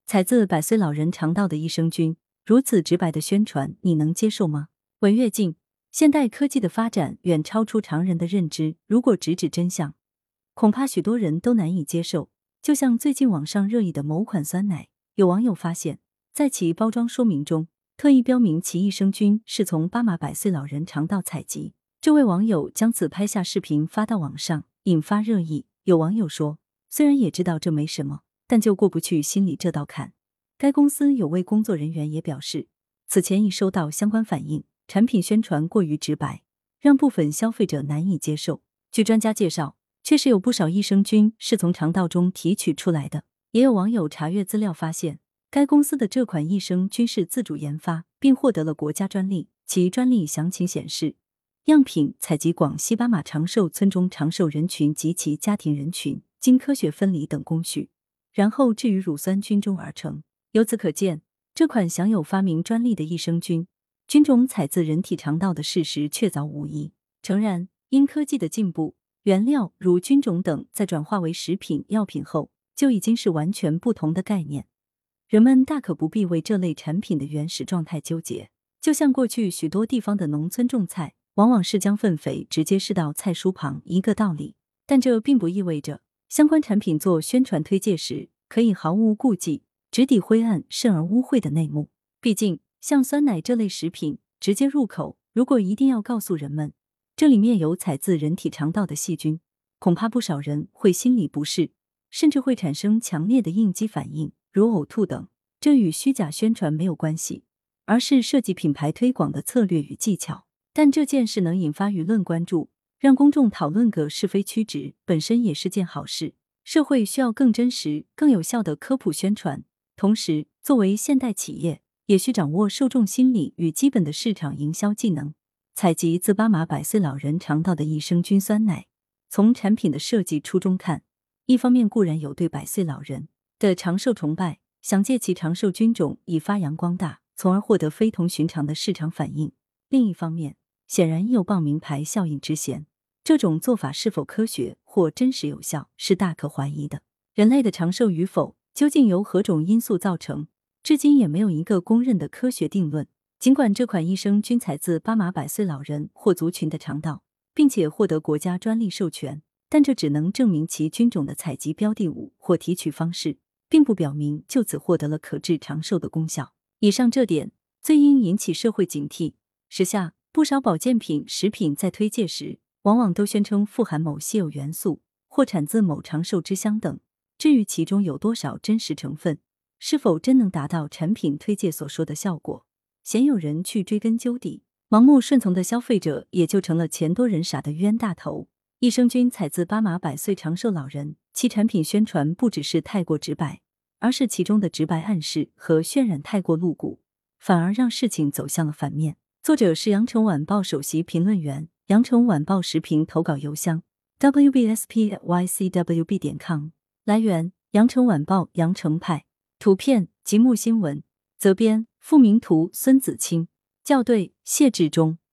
采自百岁老人肠道的益生菌，如此直白的宣传，你能接受吗？文跃进，现代科技的发展远超出常人的认知，如果直指真相，恐怕许多人都难以接受。就像最近网上热议的某款酸奶，有网友发现，在其包装说明中特意标明其益生菌是从巴马百岁老人肠道采集。这位网友将此拍下视频发到网上，引发热议。有网友说，虽然也知道这没什么，但就过不去心里这道坎。该公司有位工作人员也表示，此前已收到相关反映，产品宣传过于直白，让部分消费者难以接受。据专家介绍，确实有不少益生菌是从肠道中提取出来的。也有网友查阅资料发现，该公司的这款益生菌是自主研发，并获得了国家专利。其专利详情显示，样品采集广西巴马长寿村中长寿人群及其家庭人群，经科学分离等工序，然后置于乳酸菌中而成。由此可见，这款享有发明专利的益生菌，菌种采自人体肠道的事实确凿无疑。诚然，因科技的进步，原料如菌种等在转化为食品、药品后，就已经是完全不同的概念。人们大可不必为这类产品的原始状态纠结。就像过去许多地方的农村种菜，往往是将粪肥直接施到菜蔬旁一个道理。但这并不意味着相关产品做宣传推介时可以毫无顾忌，直抵灰暗甚而污秽的内幕。毕竟，像酸奶这类食品直接入口，如果一定要告诉人们这里面有采自人体肠道的细菌，恐怕不少人会心里不适，甚至会产生强烈的应激反应，如呕吐等。这与虚假宣传没有关系，而是设计品牌推广的策略与技巧。但这件事能引发舆论关注，让公众讨论个是非曲直，本身也是件好事。社会需要更真实、更有效的科普宣传，同时，作为现代企业，也需掌握受众心理与基本的市场营销技能。采集自巴马百岁老人肠道的益生菌酸奶，从产品的设计初衷看，一方面固然有对百岁老人的长寿崇拜，想借其长寿菌种以发扬光大，从而获得非同寻常的市场反应；另一方面，显然亦有傍名牌效应之嫌。这种做法是否科学或真实有效，是大可怀疑的。人类的长寿与否，究竟由何种因素造成，至今也没有一个公认的科学定论。尽管这款益生菌采自巴马百岁老人或族群的肠道，并且获得国家专利授权，但这只能证明其菌种的采集标的物或提取方式，并不表明就此获得了可致长寿的功效。以上这点最应引起社会警惕。时下不少保健品、食品在推介时，往往都宣称富含某稀有元素，或产自某长寿之乡等。至于其中有多少真实成分，是否真能达到产品推介所说的效果，鲜有人去追根究底，盲目顺从的消费者也就成了钱多人傻的冤大头。益生菌采自巴马百岁长寿老人，其产品宣传不只是太过直白，而是其中的直白暗示和渲染太过露骨，反而让事情走向了反面。作者是羊城晚报首席评论员，羊城晚报时评投稿邮箱 wbsp@ycwb.com。 来源：羊城晚报羊城派，图片：极目新闻，责编：付明图，孙子清，校对：谢志忠。